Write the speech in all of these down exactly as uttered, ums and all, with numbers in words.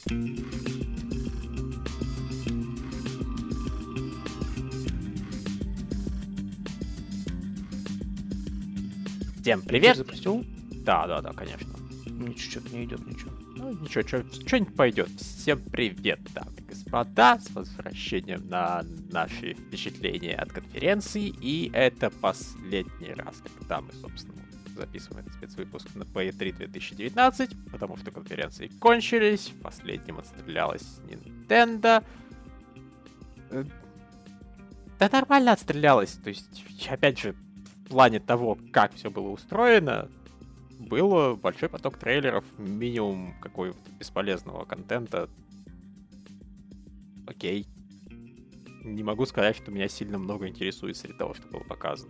Всем привет! Запустил? Да, да, да, конечно. Ничего, что-то не идет, ничего. Ну, ничего, что-нибудь пойдет. Всем привет, дамы и господа, с возвращением на наши впечатления от конференции. И это последний раз, когда мы, собственно, записываем этот спецвыпуск на пи и три две тысячи девятнадцать, потому что конференции кончились, последним отстрелялась Nintendo. Да нормально отстрелялась, то есть, опять же, в плане того, как все было устроено, был большой поток трейлеров, минимум какого-то бесполезного контента. Окей. Не могу сказать, что меня сильно много интересует среди того, что было показано.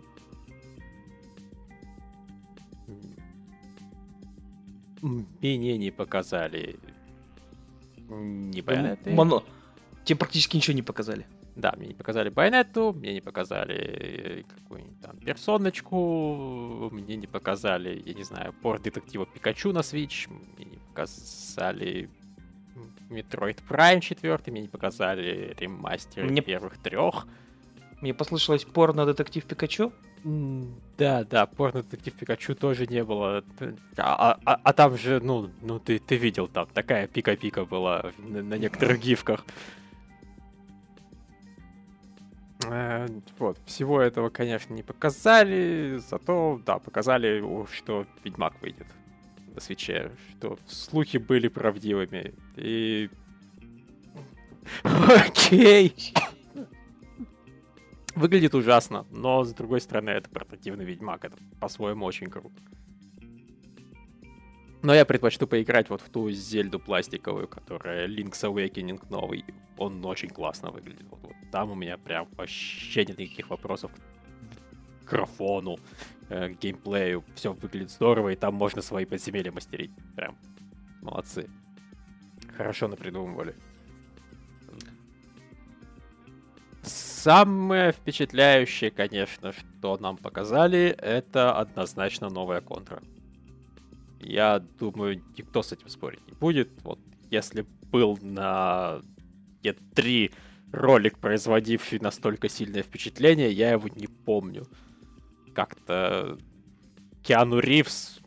Мне не показали ни Байонеты. Моно. Тебе практически ничего не показали. Да, мне не показали Байонету, мне не показали какую-нибудь там персоночку, мне не показали, я не знаю, порт детектива Пикачу на Switch, мне не показали Metroid Prime четыре, мне не показали ремастеры мне... первых трех. Мне послышалось порно-детектив Пикачу? Да, да, порно-детектив Пикачу тоже не было. А, а, а там же, ну, ну ты, ты видел, там такая пика-пика была на, на некоторых гифках. Вот, всего этого, конечно, не показали, зато, да, показали, что Ведьмак выйдет на Свитче, что слухи были правдивыми, и... Окей! Выглядит ужасно, но, с другой стороны, это портативный Ведьмак, это по-своему очень круто. Но я предпочту поиграть вот в ту Зельду пластиковую, которая Link's Awakening новый. Он очень классно выглядит. Вот, вот там у меня прям вообще нет никаких вопросов к графону, э, к геймплею. Все выглядит здорово, и там можно свои подземелья мастерить. Прям молодцы. Хорошо напридумывали. Самое впечатляющее, конечно, что нам показали, это однозначно новая контра. Я думаю, никто с этим спорить не будет. Вот если был на и три ролик, производивший настолько сильное впечатление, я его не помню. Как-то Киану Ривз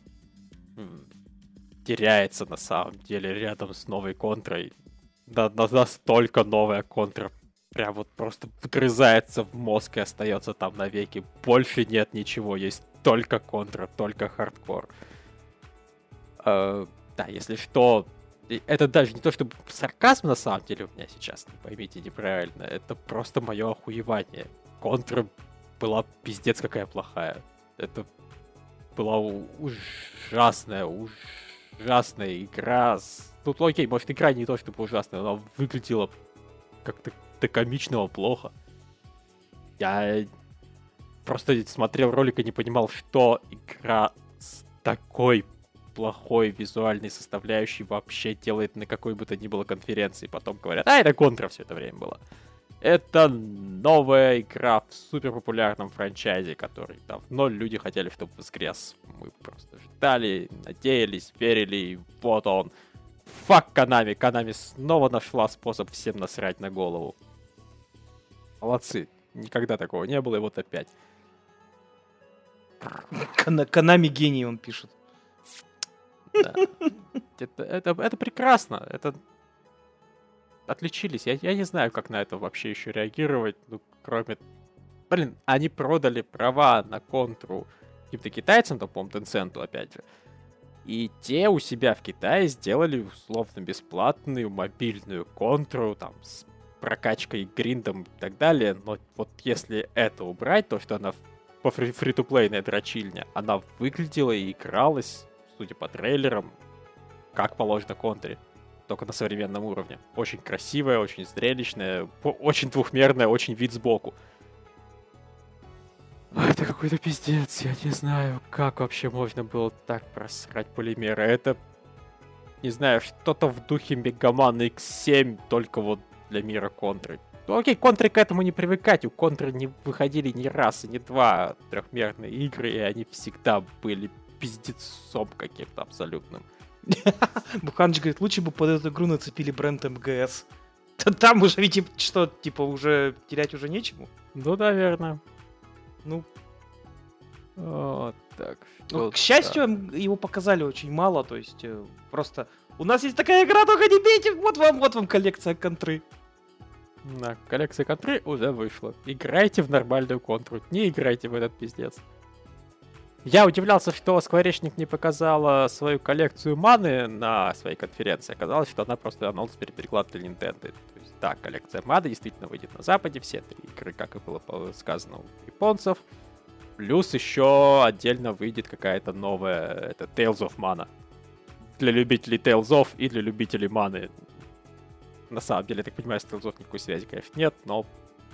теряется на самом деле рядом с новой контрой. Да, настолько новая контра прям вот просто вгрызается в мозг и остается там навеки. Больше нет ничего, есть только контра, только хардкор. Uh, да, если что, это даже не то, чтобы сарказм на самом деле у меня сейчас, не поймите неправильно, это просто мое охуевание. Контра была пиздец какая плохая. Это была ужасная, ужасная игра. Тут, окей, может, игра не то, чтобы ужасная, но она выглядела как-то до комичного плохо. Я просто смотрел ролик и не понимал, что игра с такой плохой визуальной составляющей вообще делает на какой бы то ни было конференции. Потом говорят, а это контра все это время была. Это новая игра в суперпопулярном франчайзе, который давно люди хотели, чтобы воскрес. Мы просто ждали, надеялись, верили, и вот он. Фак Konami. Konami снова нашла способ всем насрать на голову. Молодцы. Никогда такого не было, и вот опять. Konami гений, он пишет. Да. Это, это, это прекрасно. Это отличились. Я, я не знаю, как на это вообще еще реагировать. Ну, кроме... Блин, они продали права на контру каким-то китайцам, там, по-моему, Tencent, опять же. И те у себя в Китае сделали условно бесплатную мобильную контру, там, с прокачкой, гриндом и так далее. Но вот если это убрать, то, что она по фри-то-плейной дрочильне, она выглядела и игралась, судя по трейлерам, как положено контре, только на современном уровне. Очень красивая, очень зрелищная, очень двухмерная, очень вид сбоку. Это какой-то пиздец, я не знаю, как вообще можно было так просрать полимеры. Это, не знаю, что-то в духе Мегамана икс семь, только вот для мира контры. Ну окей, контры к этому не привыкать, у контры не выходили ни раз и ни два трехмерные игры, и они всегда были пиздецом каким-то абсолютным. Буханч говорит, лучше бы под эту игру нацепили бренд эм гэ эс. Т- Там уже, ведь что, типа, уже терять уже нечему? Ну, наверное. Ну, Вот так. ну, что к счастью, да. м, его показали очень мало, то есть э, просто у нас есть такая игра, только не бейте, вот вам, вот вам коллекция контры. Да, коллекция контры уже вышла. Играйте в нормальную контру, не играйте в этот пиздец. Я удивлялся, что Скворечник не показала свою коллекцию маны на своей конференции. Оказалось, что она просто анонс теперь переклад для Nintendo. То есть, да, коллекция маны действительно выйдет на Западе, все три игры, как и было по- сказано у японцев. Плюс еще отдельно выйдет какая-то новая, это Tales of Mana. Для любителей Tales of и для любителей маны. На самом деле, я так понимаю, с Tales of никакой связи, конечно, нет, но...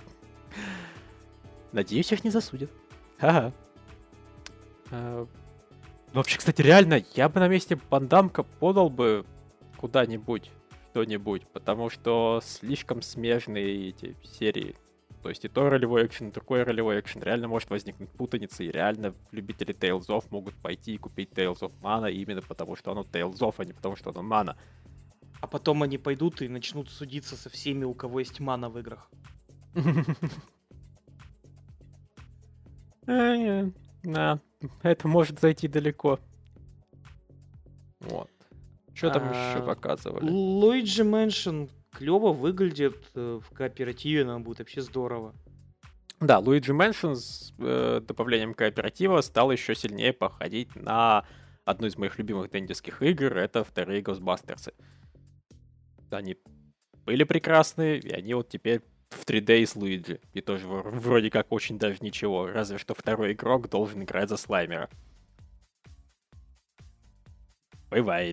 Надеюсь, их не засудят. Ха-ха. Э, Вообще, кстати, реально, я бы на месте Бандамка подал бы куда-нибудь что-нибудь, потому что слишком смежные эти серии. То есть и то ролевой экшен, и другой ролевой экшен. Реально может возникнуть путаница, и реально любители Tales of могут пойти и купить Tales of Mana именно потому, что оно Tales of, а не потому, что оно Mana. А потом они пойдут и начнут судиться со всеми, у кого есть мана в играх. Э, Да, это может зайти далеко. Вот. Что там еще А, показывали? Luigi Mansion клево выглядит э, в кооперативе, нам будет вообще здорово. Да, Luigi Mansion с э, добавлением кооператива стал еще сильнее походить на одну из моих любимых дендиских игр. Это вторые Ghostbusters. Они были прекрасные, и они вот теперь в три дэ с Луиджи. И тоже вр- вроде как очень даже ничего. Разве что второй игрок должен играть за Слаймера. Бывает.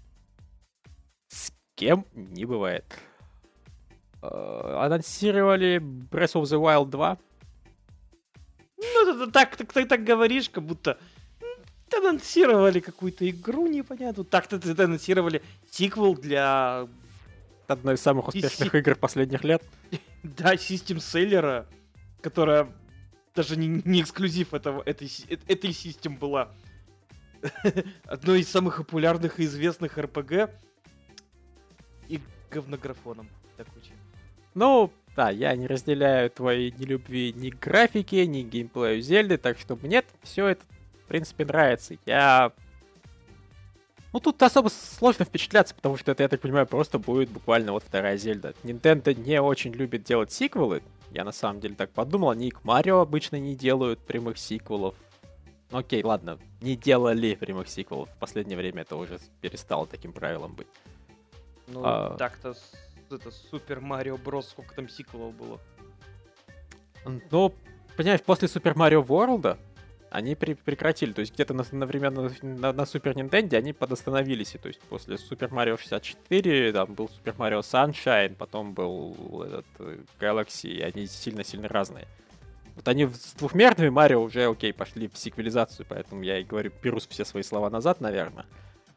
С кем не бывает. Э, Анонсировали Breath of the Wild два. Ну, это так, так, так, так говоришь, как будто м, анонсировали какую-то игру непонятную. Так-то ты анонсировали сиквел для, Одной из самых И успешных си- игр последних лет. да, System Seller, которая даже не, не эксклюзив этого, этой, си- э- этой систем была. Одной из самых популярных и известных эр пи джи и говнографоном. Так очень. Ну, да, я не разделяю твоей нелюбви ни к графике, ни к геймплею Зельды, так что мне все это, в принципе, нравится. Я... Ну, тут особо сложно впечатляться, потому что это, я так понимаю, просто будет буквально вот вторая Зельда. Nintendo не очень любит делать сиквелы. Я на самом деле так подумал, они и к Марио обычно не делают прямых сиквелов. Ну, окей, ладно, не делали прямых сиквелов. В последнее время это уже перестало таким правилом быть. Ну, А. так-то с- это Супер Марио Брос, сколько там сиквелов было. Ну, понимаешь, после Super Mario World они при- прекратили. То есть где-то на, одновременно на, на Super Nintendo они подостановились. И, то есть после Super Mario шестьдесят четыре там был Super Mario Sunshine, потом был этот э, Galaxy, и они сильно-сильно разные. Вот они в- с двухмерными Марио уже, окей, пошли в сиквелизацию, поэтому я и говорю, беру все свои слова назад, наверное.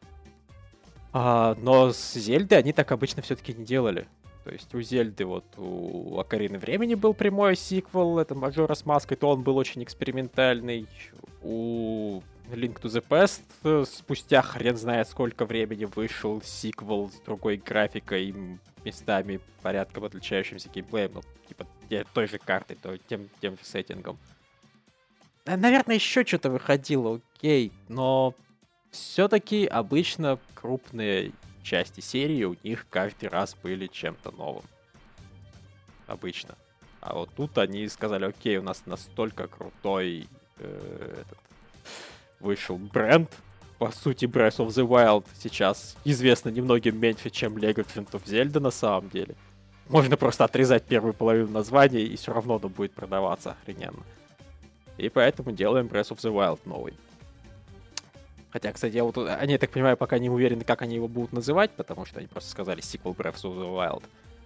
А, но с Зельдой они так обычно все-таки не делали. То есть у Зельды, вот у Окарины Времени был прямой сиквел, это Majora's Mask, и то он был очень экспериментальный. У Link to the Past э, спустя хрен знает сколько времени вышел сиквел с другой графикой, и местами порядком отличающимся геймплеем, ну, типа те- той же картой, то, тем, тем же сеттингом. Да, наверное, еще что-то выходило, окей, но все-таки обычно крупные части серии у них каждый раз были чем-то новым. Обычно. А вот тут они сказали, окей, у нас настолько крутой э, этот, вышел бренд. По сути, Breath of the Wild сейчас известно немногим меньше, чем Legend of Zelda на самом деле. Можно просто отрезать первую половину названия, и все равно оно будет продаваться охрененно. И поэтому делаем Breath of the Wild новый. Хотя, кстати, я вот, они, я так понимаю, пока не уверены, как они его будут называть, потому что они просто сказали sequel Breath of the Wild.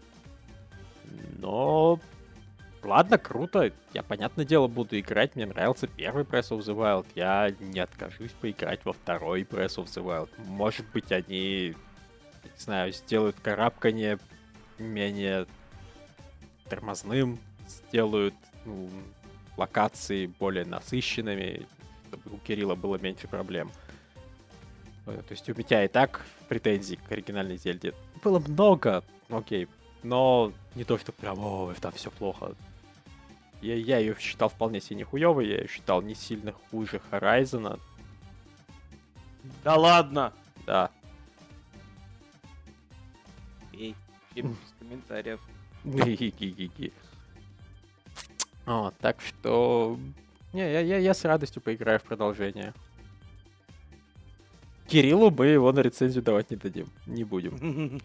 Но... Ладно, круто. Я, понятное дело, буду играть. Мне нравился первый Breath of the Wild. Я не откажусь поиграть во второй Breath of the Wild. Может быть, они, не знаю, сделают карабканье менее тормозным, сделают ну, локации более насыщенными, чтобы у Кирилла было меньше проблем. То есть у меня и так претензий к оригинальной Зельде было много, окей, но не то, что прям, о, там все плохо. Я, я ее считал вполне себе не хуёвой, я ее считал не сильно хуже Horizon. Да ладно! Да. Эй, без комментариев. Ги-ги-ги-ги. О, так что... Не, я, я, я с радостью поиграю в продолжение. Кириллу мы его на рецензию давать не дадим. Не будем.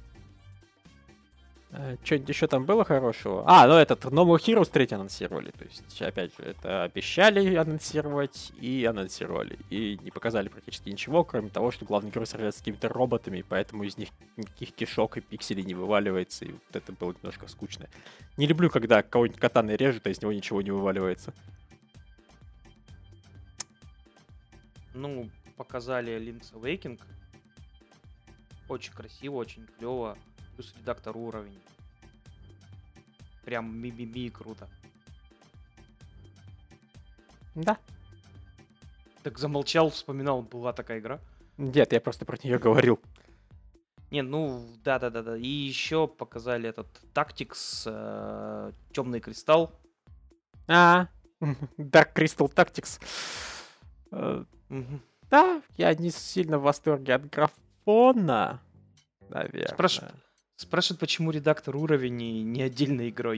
Что-нибудь еще там было хорошего? А, ну этот No More Heroes три анонсировали. То есть, опять же, это обещали анонсировать и анонсировали. И не показали практически ничего, кроме того, что главный герой сражается с какими-то роботами, поэтому из них никаких кишок и пикселей не вываливается. И вот это было немножко скучно. Не люблю, когда кого-нибудь катаной режут, а из него ничего не вываливается. Ну, показали Link's Awakening. Очень красиво, очень клево. Плюс редактор уровень. Прям ми-ми-ми круто. Да. Так замолчал, вспоминал, была такая игра. Нет, я просто про нее говорил. Не, ну, да-да-да-да. И еще показали этот Tactics, э, Темный кристалл. А, Dark Crystal Tactics. Угу. Да, я не сильно в восторге от графона, наверное. Спрашивают, спрашивают, почему редактор уровень не, не отдельной игрой.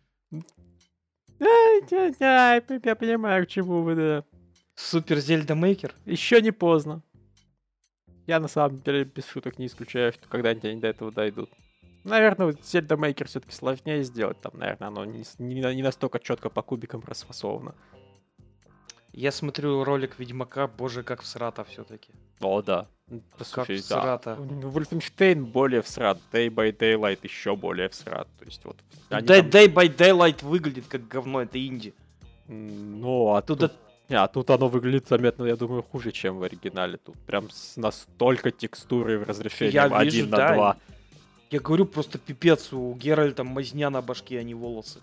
Я понимаю, к чему вы, да. Супер Зельда Мейкер? Еще не поздно. Я на самом деле без шуток не исключаю, что когда-нибудь они до этого дойдут. Наверное, Зельда Мейкер все-таки сложнее сделать. Там, наверное, оно не, не, не настолько четко по кубикам расфасовано. Я смотрю ролик Ведьмака, боже, как всрато все-таки. О, да. Как всрато. Да. Wolfenstein более всрат, Day by Daylight еще более всрат. То есть вот... Day, там... Day by Daylight выглядит как говно, это инди. Ну, а тут... тут... А, тут оно выглядит заметно, я думаю, хуже, чем в оригинале. Тут прям настолько текстуры в разрешении один на два. Я говорю, просто пипец, у Геральта мазня на башке, а не волосы.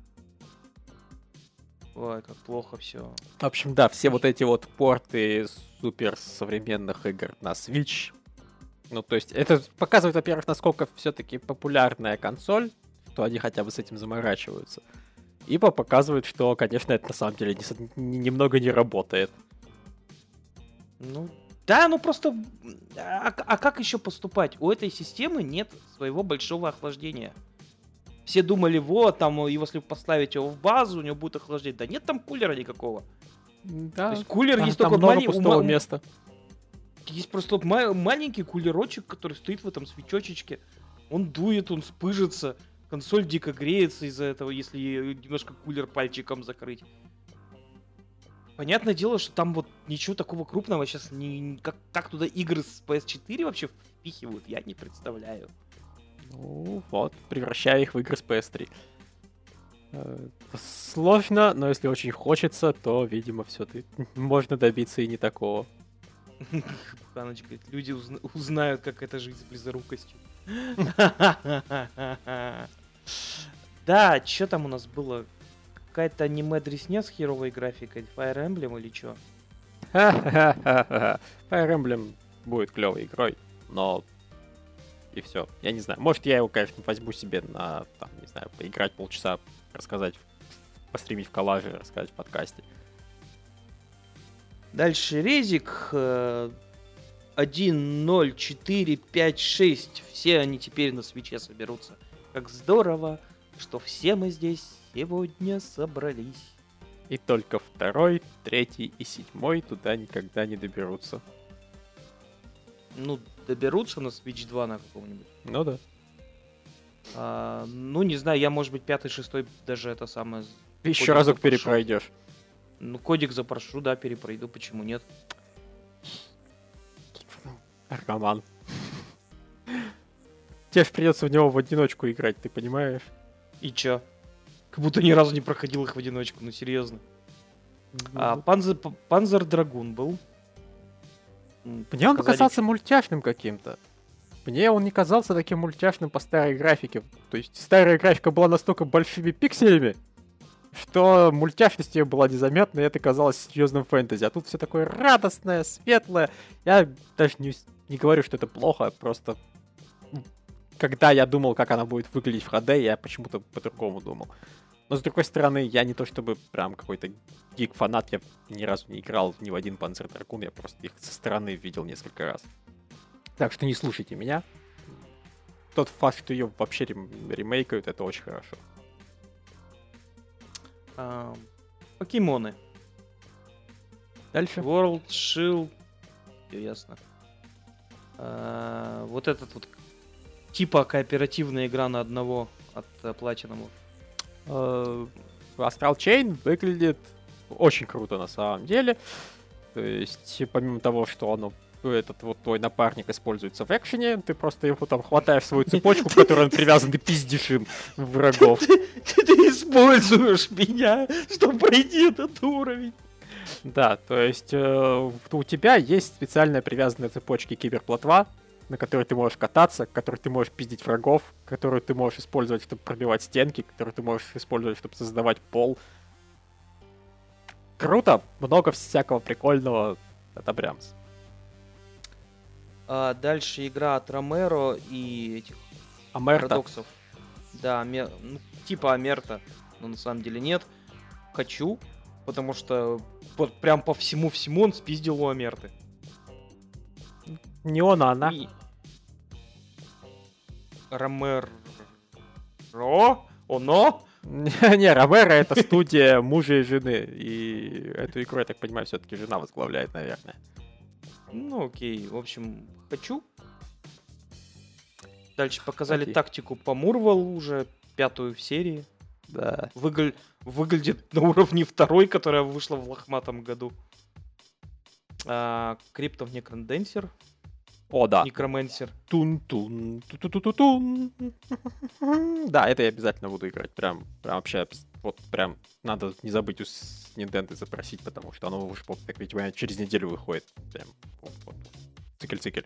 Ой, как плохо все. В общем, да, все вот эти вот порты супер современных игр на Switch. Ну, то есть, это показывает, во-первых, насколько все-таки популярная консоль, что они хотя бы с этим заморачиваются. И показывает, что, конечно, это на самом деле не, не, немного не работает. Ну, да, ну просто... А, а как еще поступать? У этой системы нет своего большого охлаждения. Все думали, вот, там, если поставить его в базу, у него будет охлаждение. Да нет там кулера никакого. Да. То есть кулер там, есть там только много мали... пустого ма... места. Есть просто вот ма... маленький кулерочек, который стоит в этом свечочечке. Он дует, он спыжится. Консоль дико греется из-за этого, если немножко кулер пальчиком закрыть. Понятное дело, что там вот ничего такого крупного сейчас не... Как, как туда игры с пи эс четыре вообще впихивают, я не представляю. Ну вот, превращая их в игры с пи эс три. Сложно, но если очень хочется, то, видимо, все-таки можно добиться и не такого. Ханыч говорит, люди узна- узнают, как это жить с близорукостью. Да, что там у нас было? Какая-то аниме-дресня с херовой графикой? Fire Emblem или что? Fire Emblem будет клевой игрой, но и все. Я не знаю. Может, я его, конечно, возьму себе на, там, не знаю, поиграть полчаса, рассказать, постримить в коллаже, рассказать в подкасте. Дальше резик один ноль четыре пять шесть. Все они теперь на свече соберутся. Как здорово, что все мы здесь сегодня собрались. И только второй, третий и седьмой туда никогда не доберутся. Ну, доберутся на Switch два на каком-нибудь. Ну да. А, ну, не знаю, я, может быть, пятый, шестой даже это самое... Еще разок запрошу. Перепройдешь. Ну, кодик запрошу, да, перепройду, почему нет? Роман. Тебе же придется в него в одиночку играть, ты понимаешь? И чё? Как будто ни разу не проходил их в одиночку, ну серьезно. Mm-hmm. А, Панзер, Панзер Драгун был. Мне он показался мультяшным каким-то. Мне он не казался таким мультяшным по старой графике. То есть старая графика была настолько большими пикселями, что мультяшность ее была незаметна, и это казалось серьезным фэнтези. А тут все такое радостное, светлое. Я даже не, не говорю, что это плохо, просто когда я думал, как она будет выглядеть в эйч ди, я почему-то по-другому думал. Но с другой стороны, я не то чтобы прям какой-то гик-фанат, я ни разу не играл ни в один Panzer Dragoon, я просто их со стороны видел несколько раз. Так что не слушайте меня. Тот факт, что ее вообще рем- ремейкают, это очень хорошо. А, покемоны. Дальше. World, Shield. Все ясно. А, вот этот вот типа кооперативная игра на одного от uh, Platinum. Uh, Astral Chain выглядит очень круто на самом деле. То есть, помимо того, что оно этот вот твой напарник используется в экшене, ты просто его там хватаешь свою цепочку, к которой он привязан, и пиздишь им врагов. Ты, ты, ты используешь меня, чтобы пройти этот уровень. Да, то есть э, у тебя есть специальная привязанная цепочка киберплотва, на которой ты можешь кататься, которой ты можешь пиздить врагов, которую ты можешь использовать, чтобы пробивать стенки, которую ты можешь использовать, чтобы создавать пол. Круто, много всякого прикольного, одобрямся. А дальше игра от Ромеро и этих Амерта. парадоксов. Да, ме... ну, типа Амерта, но на самом деле нет. Хочу, потому что вот прям по всему-всему он спиздил у Амерты. Не он, а она. И... Ромеро? Оно? Не, Ромеро — это студия мужа и жены. И эту игру, я так понимаю, все-таки жена возглавляет, наверное. Ну окей, в общем, хочу. Дальше показали Окей. тактику по Мурвалу уже, пятую в серии. Да. Выгля... Выглядит на уровне второй, которая вышла в лохматом году. А, Crypt of Necrodancer. О, да. Некромансер. Тун-тун, ту-ту-ту-тун. Да, это я обязательно буду играть. Прям, прям вообще, вот прям надо не забыть у Nintendo запросить, потому что оно уже, так видимо, через неделю выходит. Прям, вот, вот. Цикль-цикль.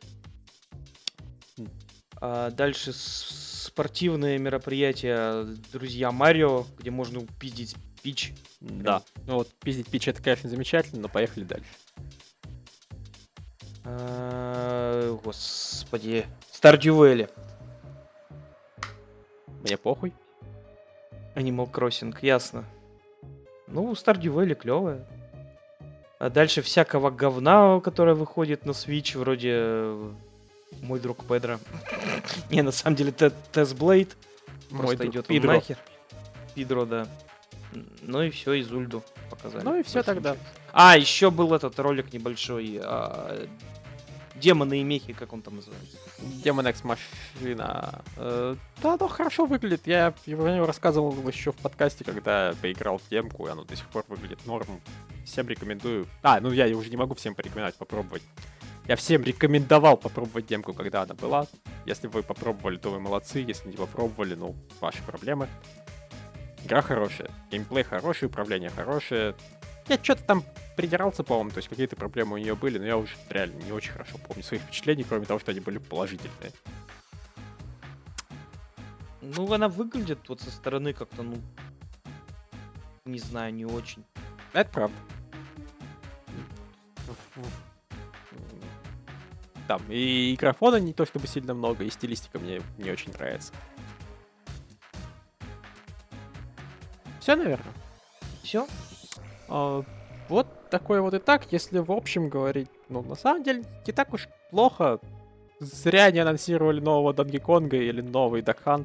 А дальше с- спортивное мероприятие «Друзья Марио», где можно упиздить Пич. Да. Ну вот, пиздить Пич — это, конечно, замечательно, но поехали дальше. А, Господи. Stardew Valley. Мне похуй. Animal Crossing, ясно. Ну, Stardew Valley клевая. А дальше всякого говна, которое выходит на Switch, вроде э, мой друг Педро. Не, на самом деле, Test Blade. Просто идет он нахер. Пидро, да. Ну и все, и Зульду показали. Ну и все тогда. А, еще был этот ролик небольшой. А, Демоны и мехи, как он там называется? Demon X Machina. Э, да, оно хорошо выглядит. Я про него рассказывал еще в подкасте, когда поиграл в демку, и оно до сих пор выглядит норм. Всем рекомендую. А, ну я уже не могу всем порекомендовать попробовать. Я всем рекомендовал попробовать демку, когда она была. Если вы попробовали, то вы молодцы. Если не попробовали, ну, ваши проблемы. Игра хорошая, геймплей хороший, управление хорошее. Я что-то там придирался, по-моему, то есть какие-то проблемы у нее были, но я уже реально не очень хорошо помню своих впечатлений, кроме того, что они были положительные. Ну, она выглядит вот со стороны как-то, ну, не знаю, не очень. Это правда. Там и графона не то чтобы сильно много, и стилистика мне не очень нравится. Все, наверное. Все? А, вот такой вот и так, если в общем говорить. Ну, на самом деле, не так уж плохо. Зря не анонсировали нового Donkey Konga или новый Duck Hunt.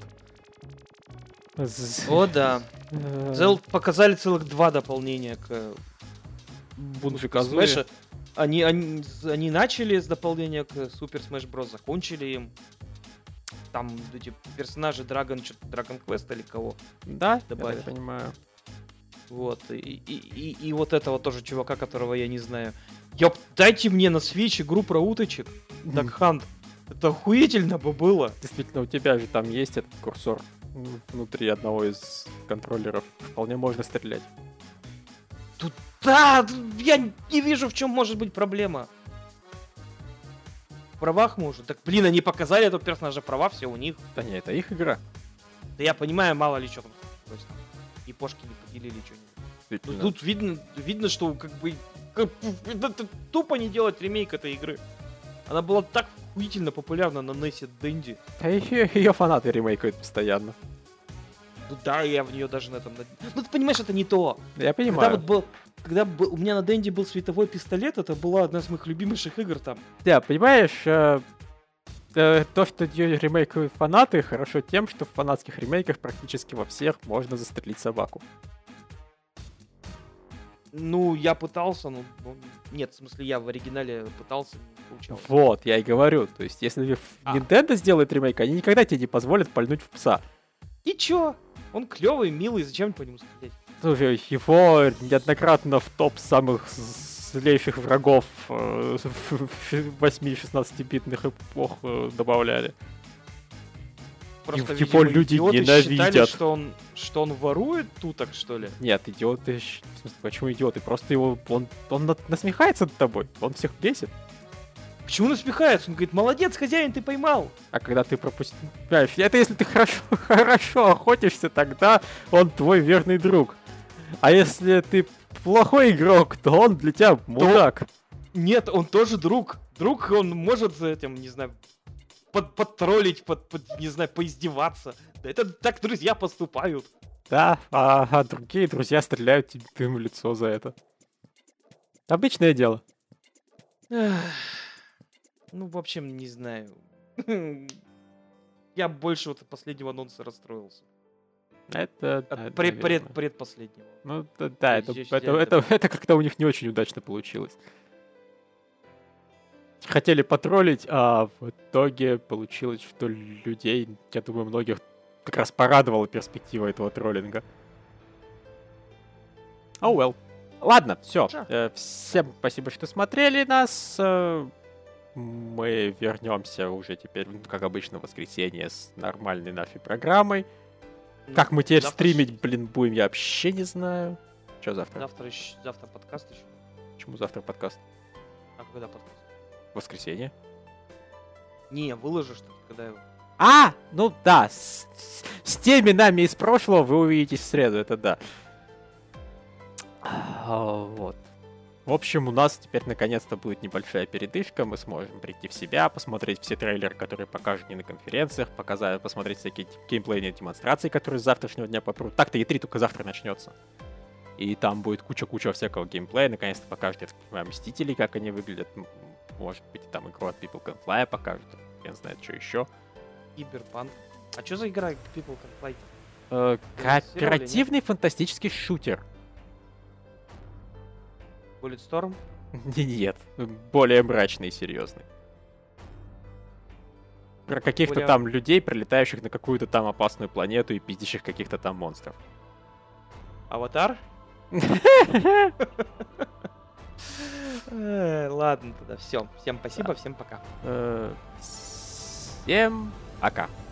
О, да. Цел... Показали целых два дополнения к Бунджи-Казуи. Smash. Они, они, они начали с дополнения к Super Smash Bros. Закончили им. Там эти персонажи Dragon, что-то Dragon Quest или кого. Да, добавили. я понимаю. Вот. И, и, и, и вот этого тоже чувака, которого я не знаю. Ёп, дайте мне на Switch игру про уточек. Duck Hunt. Это охуительно бы было. Действительно, у тебя же там есть этот курсор внутри одного из контроллеров. Вполне можно стрелять. Тут, да, я не вижу, в чем может быть проблема. В правах может. Так, блин, они показали этого персонажа, права все у них. Да не, это их игра. Да я понимаю, мало ли что там. япошки не поделили что-нибудь. Ну, Действительно. тут видно, видно, что как бы как- это- это тупо не делать ремейк этой игры. Она была так охуительно популярна на Нессе Дэнди. А ее, ее фанаты ремейкают постоянно. Ну да, я в нее даже на этом... над- Ну ты понимаешь, это не то. Я Когда понимаю. вот был... Когда б- у меня на Дэнди был световой пистолет, это была одна из моих любимейших игр там. Да, понимаешь, э, э, то, что ее ремейкают фанаты, хорошо тем, что в фанатских ремейках практически во всех можно застрелить собаку. Ну, я пытался, ну... ну, нет, в смысле, я в оригинале пытался, не получалось. Вот, я и говорю. То есть, если А. Nintendo сделает ремейк, они никогда тебе не позволят пальнуть в пса. И чё? Он клевый, милый, зачем по нему стрелять? Слушай, его неоднократно в топ самых злейших врагов э, восьми-шестнадцатибитных эпох э, добавляли. Просто, Его видимо, люди идиоты ненавидят. считали, что он, что он ворует туток, что ли? Нет, идиоты... щ- В смысле, почему идиоты? Просто его... Он, он на- насмехается над тобой. Он всех бесит. Почему он насмехается? Он говорит, молодец, хозяин, ты поймал. А когда ты пропустил... Понимаешь, это если ты хорошо, хорошо охотишься, тогда он твой верный друг. А если ты плохой игрок, то он для тебя мудак. Нет, он тоже друг. Друг, он может за этим, не знаю, под, подтроллить, под, под, не знаю, поиздеваться. Да это так друзья поступают. Да, а, а другие друзья стреляют тебе в лицо за это. Обычное дело. Эх, ну, в общем, не знаю. Я больше вот от последнего анонса расстроился. Это... От да, пред, наверное. пред, предпоследнего. Ну, да, да, это, Здесь это, я это, это как-то у них не очень удачно получилось. Хотели потроллить, а в итоге получилось, что людей, я думаю, многих как раз порадовала перспектива этого троллинга. Oh well. Ладно, все. Sure. Всем спасибо, что смотрели нас. Э, Мы вернемся уже теперь, ну, как обычно, в воскресенье с нормальной нашей программой. Как мы теперь Завтра стримить, щ- блин, будем, я вообще не знаю. Что завтра? Завтра, щ- завтра подкаст еще. Почему завтра подкаст? А когда подкаст? Воскресенье? Не, выложишь ты, когда его. А, ну да, с, с- с теми нами из прошлого вы увидитесь в среду, это да. А, Вот. В общем, у нас теперь наконец-то будет небольшая передышка, мы сможем прийти в себя, посмотреть все трейлеры, которые покажут не на конференциях, показать, посмотреть всякие геймплейные демонстрации, которые с завтрашнего дня попрут. Так-то и три только завтра начнется. И там будет куча-куча всякого геймплея, наконец-то покажут, я так понимаю, Мстителей, как они выглядят. М, Может быть, там игру от People Can Fly покажут, хрен знает, что еще. Киберпанк. А что за игра People Can Fly? Э, Анонсировали, Кооперативный фантастический шутер. Bulletstorm? Нет, более мрачный и серьезный. Про каких-то Более- там людей, прилетающих на какую-то там опасную планету и пиздящих каких-то там монстров. Аватар? Э, Ладно, тогда все. Всем спасибо, всем пока. Э, Всем пока.